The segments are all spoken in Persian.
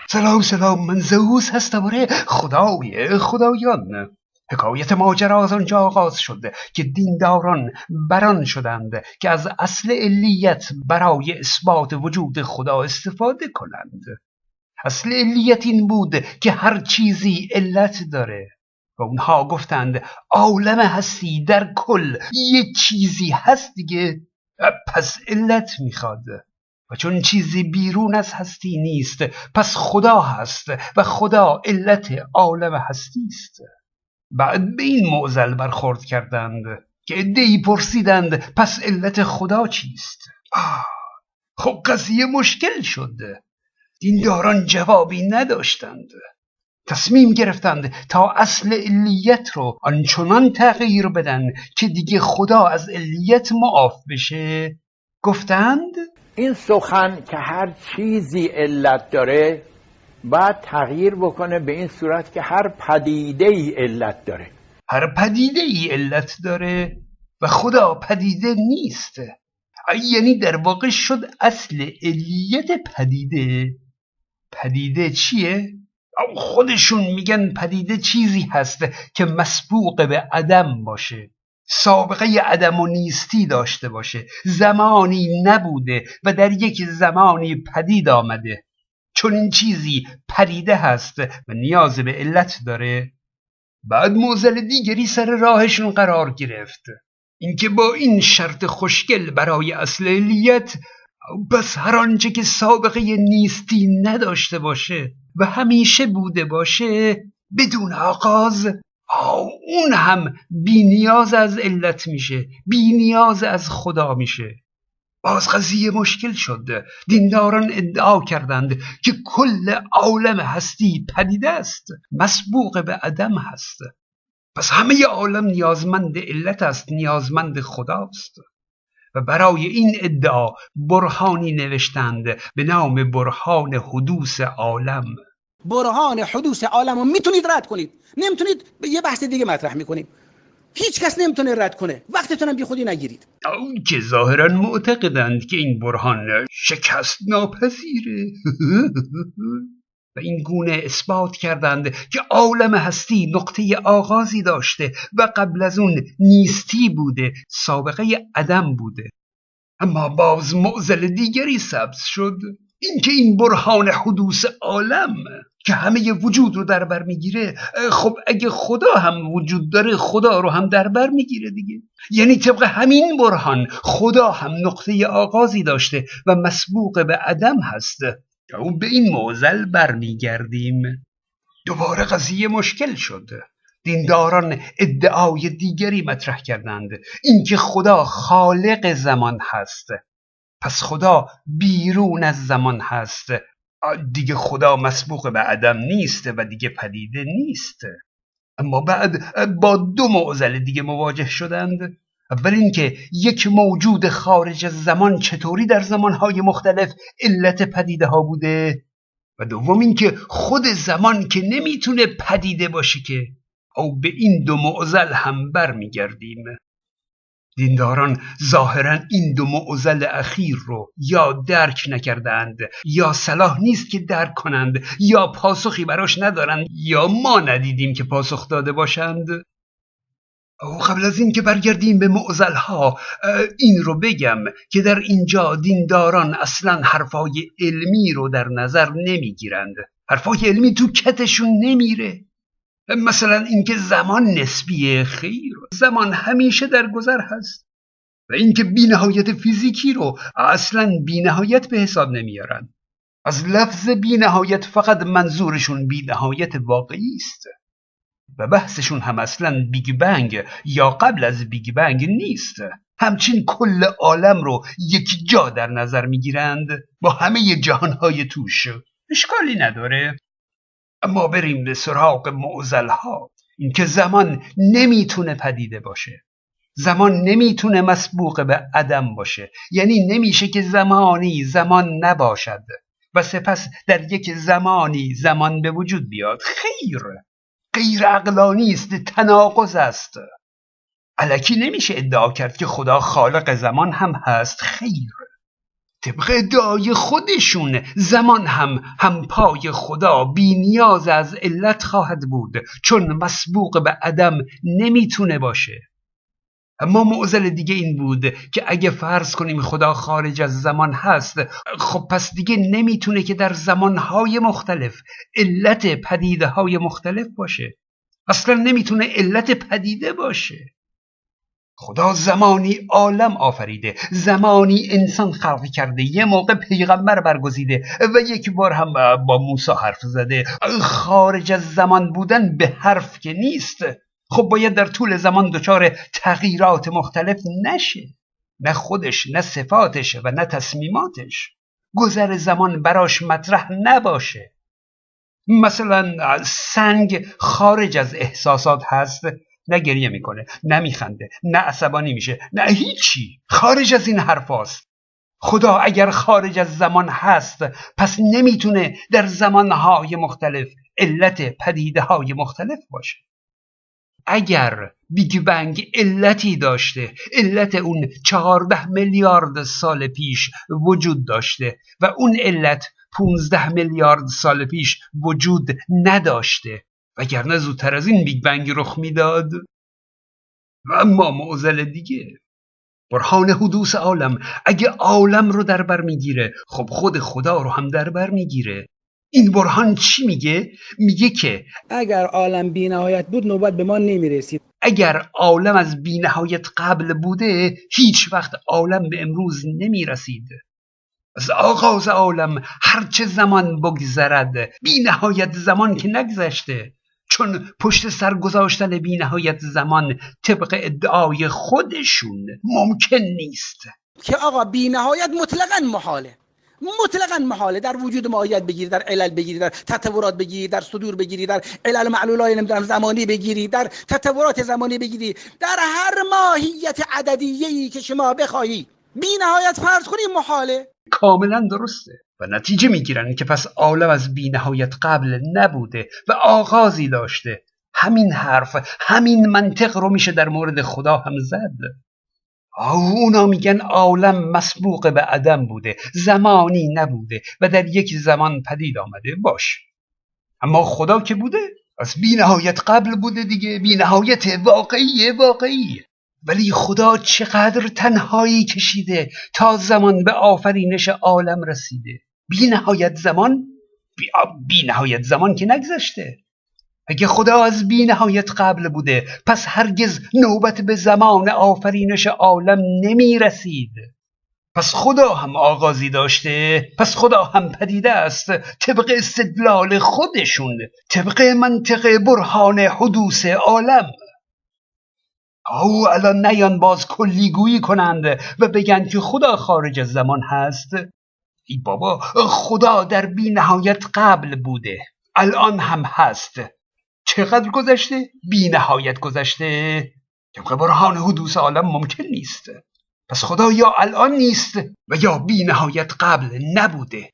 سلام سلام، من زئوس هستم، آره، خدای خدایان. حکایت ماجرا از آنجا آغاز شد که دینداران بران شدند که از اصل علیت برای اثبات وجود خدا استفاده کنند. اصل علیت این بود که هر چیزی علت داره و اونها گفتند عالم هستی در کل یه چیزی هست دیگه، پس علت میخواد و چون چیزی بیرون از هستی نیست پس خدا هست و خدا علت عالم هستی است. بعد به این معضل برخورد کردند که عده‌ای پرسیدند پس علت خدا چیست؟ خب قضیه مشکل شد. دینداران جوابی نداشتند. تصمیم گرفتند تا اصل علیت رو آنچنان تغییر بدن که دیگه خدا از علیت معاف بشه. گفتند این سخن که هر چیزی علت داره باید تغییر بکنه به این صورت که هر پدیده ای علت داره. هر پدیده ای علت داره و خدا پدیده نیست. یعنی در واقع شد اصل علیت پدیده. پدیده چیه؟ خودشون میگن پدیده چیزی هست که مسبوق به عدم باشه، سابقه عدم و نیستی داشته باشه، زمانی نبوده و در یک زمانی پدید آمده. چون این چیزی پدیده هست و نیاز به علت داره. بعد معضل دیگری سر راهشون قرار گرفت، اینکه با این شرط خوشگل برای اصل علیت، بس هر آنچه که سابقه نیستی نداشته باشه و همیشه بوده باشه بدون آغاز، اون هم بی نیاز از علت میشه، بی نیاز از خدا میشه. باز قضیه مشکل شد. دینداران ادعا کردند که کل عالم هستی پدیده است، مسبوق به عدم هست، پس همه عالم نیازمند علت است، نیازمند خداست. و برای این ادعا برهانی نوشتند به نام برهان حدوث عالم. برهان حدوث عالم رو میتونید رد کنید، نمیتونید یه بحث دیگه مطرح میکنیم. هیچ کس نمیتونه رد کنه، وقتتونم بی خودی نگیرید. که ظاهرا معتقدند که این برهان شکست ناپذیره. و این گونه اثبات کردند که عالم هستی نقطه آغازی داشته و قبل از اون نیستی بوده، سابقه عدم بوده. اما باز معضل دیگری سبز شد، اینکه این برهان حدوث عالم که همه وجود رو در بر میگیره، خب اگه خدا هم وجود داره خدا رو هم در بر میگیره دیگه. یعنی طبق همین برهان خدا هم نقطه آغازی داشته و مسبوق به عدم هست. و به این معضل برمیگردیم. دوباره قضیه مشکل شد. دینداران ادعای دیگری مطرح کردند، اینکه خدا خالق زمان هست، پس خدا بیرون از زمان هست، دیگه خدا مسبوق به عدم نیست و دیگه پدیده نیست. اما بعد با دو معضل دیگه مواجه شدند. اول اینکه یک موجود خارج از زمان چطوری در زمانهای مختلف علت پدیده ها بوده، و دوم اینکه خود زمان که نمیتونه پدیده باشه که. او به این دو معضل هم برمیگردیم. دینداران ظاهرا این دو معضل اخیر رو یا درک نکردند، یا صلاح نیست که درک کنند، یا پاسخی براش ندارند، یا ما ندیدیم که پاسخ داده باشند. او قبل از این که برگردیم به معضل ها، این رو بگم که در اینجا دینداران اصلا حرفای علمی رو در نظر نمیگیرند. حرفای علمی تو کتشون نمیره. مثلا اینکه زمان نسبیه، خیر، زمان همیشه در گذر هست. و اینکه بی‌نهایت فیزیکی رو اصلا بی‌نهایت به حساب نمیارن. از لفظ بی‌نهایت فقط منظورشون بی‌نهایت واقعی است. و بحثشون هم اصلا بیگ بنگ یا قبل از بیگ بنگ نیست. همچین کل عالم رو یک جا در نظر میگیرند با همه جهانهای توش. اشکالی نداره. اما بریم به سراغ معضل ها. اینکه زمان نمیتونه پدیده باشه، زمان نمیتونه مسبوق به عدم باشه، یعنی نمیشه که زمانی زمان نباشد و سپس در یک زمانی زمان به وجود بیاد. غیر عقلانی است، تناقض است. الکی نمیشه ادعا کرد که خدا خالق زمان هم هست. خیر، طبق ادعای خودشون زمان هم پای خدا بی نیاز از علت خواهد بود، چون مسبوق به عدم نمیتونه باشه. اما معضل دیگه این بود که اگه فرض کنیم خدا خارج از زمان هست، خب پس دیگه نمیتونه که در زمانهای مختلف علت پدیده های مختلف باشه. اصلا نمیتونه علت پدیده باشه. خدا زمانی عالم آفریده، زمانی انسان خلق کرده، یه موقع پیغمبر برگزیده و یک بار هم با موسی حرف زده. خارج از زمان بودن به حرف که نیست. خب باید در طول زمان دچار تغییرات مختلف نشه، نه خودش، نه صفاتش و نه تصمیماتش. گذر زمان براش مطرح نباشه. مثلا سنگ خارج از احساسات هست، نه گریه میکنه، نه میخنده، نه عصبانی میشه، نه هیچی. خارج از این حرف هست. خدا اگر خارج از زمان هست، پس نمیتونه در زمانهای مختلف علت پدیده های مختلف باشه. اگر بیگ بنگ علتی داشته، علت اون 14 میلیارد سال پیش وجود داشته و اون علت 15 میلیارد سال پیش وجود نداشته، وگرنه زودتر از این بیگ بنگ رخ میداد. و اما معضل دیگه، برهان حدوث عالم، اگه عالم رو در بر میگیره، خب خود خدا رو هم در بر میگیره. این برهان چی میگه؟ میگه که اگر عالم بی نهایت بود نوبت به ما نمیرسید. اگر عالم از بی نهایت قبل بوده، هیچ وقت عالم به امروز نمیرسید. از آغاز عالم هرچه زمان بگذرد، بی نهایت زمان که نگذشته، چون پشت سر گذاشتن بی نهایت زمان طبق ادعای خودشون ممکن نیست. که آقا بی نهایت مطلقاً محاله، مطلقاً محاله. در وجود ماهیت بگیری، در علل بگیری، در تطورات بگیری، در صدور بگیری، در علل و معلولای نمیدونم زمانی بگیری، در تطورات زمانی بگیری، در هر ماهیت عددیه‌ای که شما بخواهی بی نهایت فرض کنی محاله. کاملا درسته. و نتیجه میگیرن که پس عالم از بی نهایت قبل نبوده و آغازی داشته. همین حرف، همین منطق رو میشه در مورد خدا هم زد. اونا میگن عالم مسبوق به عدم بوده، زمانی نبوده و در یک زمان پدید آمده. باش، اما خدا که بوده از بی نهایت قبل بوده دیگه، بی نهایت واقعی. ولی خدا چقدر تنهایی کشیده تا زمان به آفرینش عالم رسیده. بی نهایت زمان که نگذشته. اگه خدا از بی نهایت قبل بوده، پس هرگز نوبت به زمان آفرینش عالم نمی رسید. پس خدا هم آغازی داشته، پس خدا هم پدیده است، طبق استدلال خودشون، طبق منطق برهان حدوث عالم. او الان نیان باز کلیگویی کنند و بگن که خدا خارج از زمان هست. ای بابا، خدا در بی نهایت قبل بوده، الان هم هست. چقدر گذشته؟ بی نهایت گذشته. طبق برهان حدوث عالم ممکن نیست. پس خدا یا الان نیست و یا بی نهایت قبل نبوده.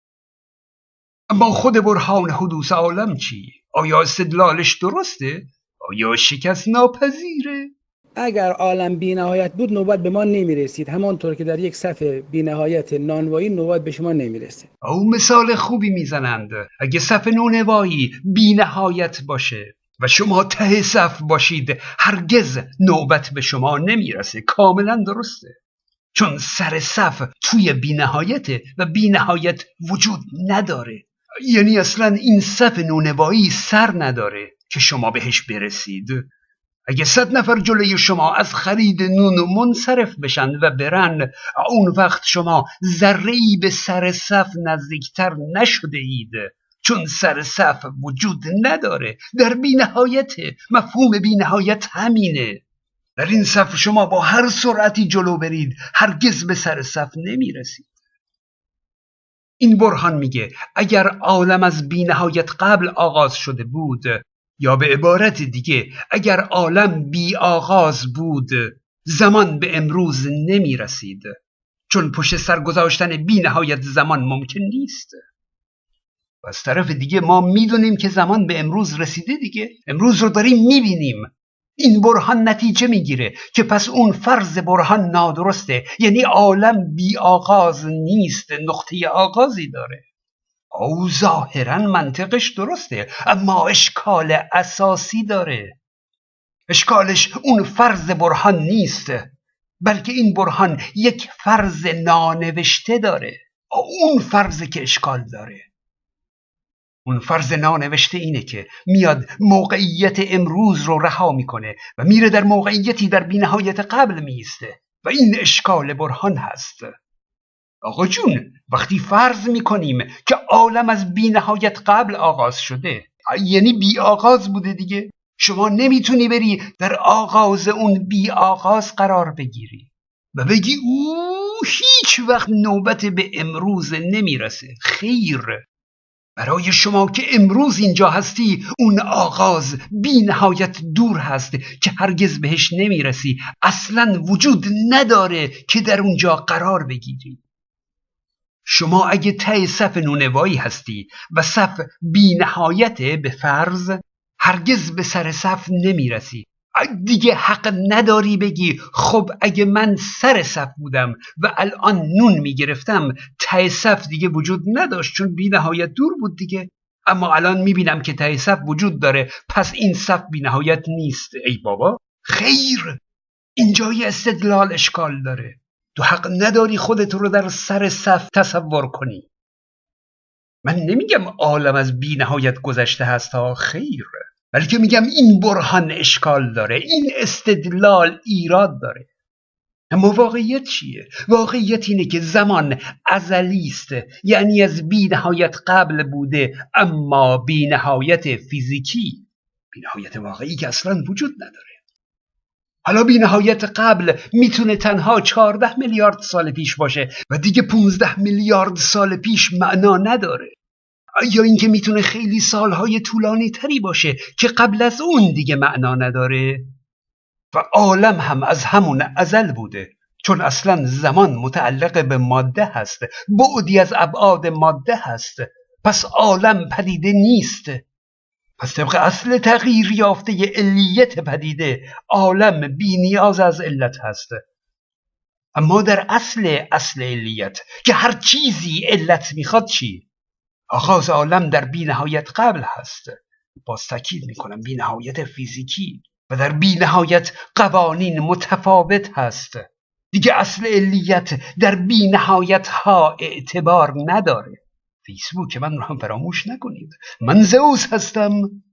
اما خود برهان حدوث عالم چی؟ آیا استدلالش درسته؟ آیا شکست ناپذیره؟ اگر عالم بی نهایت بود نوبت به ما نمیرسید، همانطور که در یک صف بی نهایت نانوایی نوبت به شما نمیرسه. او مثال خوبی میزنند. اگه صف نونوایی بی نهایت باشه و شما ته صف باشید، هرگز نوبت به شما نمیرسه. کاملا درسته، چون سر صف توی بی نهایته و بی نهایت وجود نداره. یعنی اصلا این صف نونوایی سر نداره که شما بهش برسید. اگه 100 نفر جلوی شما از خرید نون منصرف بشن و برن، اون وقت شما ذره‌ای به سر صف نزدیکتر نشده اید، چون سر صف وجود نداره. در بی‌نهایت، مفهوم بی‌نهایت همینه. در این صف شما با هر سرعتی جلو برید، هرگز به سر صف نمیرسید. این برهان میگه اگر عالم از بی‌نهایت قبل آغاز شده بود، یا به عبارت دیگه اگر عالم بی آغاز بود، زمان به امروز نمی رسید، چون پشت سر گذاشتن بی نهایت زمان ممکن نیست. و از طرف دیگه ما میدونیم که زمان به امروز رسیده دیگه. امروز رو داریم میبینیم. این برهان نتیجه میگیره که پس اون فرض برهان نادرسته، یعنی عالم بی آغاز نیست، نقطه آغازی داره. او ظاهرا منطقش درسته، اما اشکال اساسی داره. اشکالش اون فرض برهان نیست، بلکه این برهان یک فرض نانوشته داره. اون فرض که اشکال داره. اون فرض نانوشته اینه که میاد موقعیت امروز رو رها میکنه و میره در موقعیتی در بی‌نهایت قبل میسته و این اشکال برهان هست. آقا جون، وقتی فرض میکنیم که عالم از بی‌نهایت قبل آغاز شده، یعنی بی آغاز بوده دیگه. شما نمیتونی بری در آغاز اون بی آغاز قرار بگیری و بگی هیچ وقت نوبت به امروز نمیرسه. خیر، برای شما که امروز اینجا هستی اون آغاز بی نهایت دور هست که هرگز بهش نمیرسی، اصلا وجود نداره که در اونجا قرار بگیری. شما اگه ته صف نونوایی هستی و صف بی نهایت به فرض، هرگز به سر صف نمیرسی. دیگه حق نداری بگی خب اگه من سر صف بودم و الان نون میگرفتم، ته صف دیگه وجود نداشت چون بی نهایت دور بود دیگه. اما الان میبینم که ته صف وجود داره، پس این صف بی نهایت نیست. ای بابا، خیر، اینجای استدلال اشکال داره. تو حق نداری خودت رو در سر صف تصور کنی. من نمیگم عالم از بی نهایت گذشته هست ها، خیر، بلکه میگم این برهان اشکال داره، این استدلال ایراد داره. اما واقعیت چیه؟ واقعیت اینه که زمان ازلی است، یعنی از بی نهایت قبل بوده، اما بی نهایت فیزیکی، بی نهایت واقعی که اصلا وجود نداره. حالا بی نهایت قبل میتونه تنها 14 میلیارد سال پیش باشه و دیگه 15 میلیارد سال پیش معنا نداره. یا اینکه میتونه خیلی سالهای طولانی تری باشه که قبل از اون دیگه معنا نداره. و عالم هم از همون ازل بوده، چون اصلا زمان متعلق به ماده هست، بعدی از ابعاد ماده هست. پس عالم پدیده نیست. پس طبق اصل تغییر یافته علیت پدیده، عالم بی نیاز از علت هست. اما در اصل علیت که هر چیزی علت میخواد چی؟ آغاز عالم در بی نهایت قبل هست. باز تاکید میکنم بی نهایت فیزیکی، و در بی نهایت قوانین متفاوت هست. دیگه اصل علیت در بی نهایت ها اعتبار نداره. فیسبوک من رو هم فراموش نکنید. من زئوس هستم.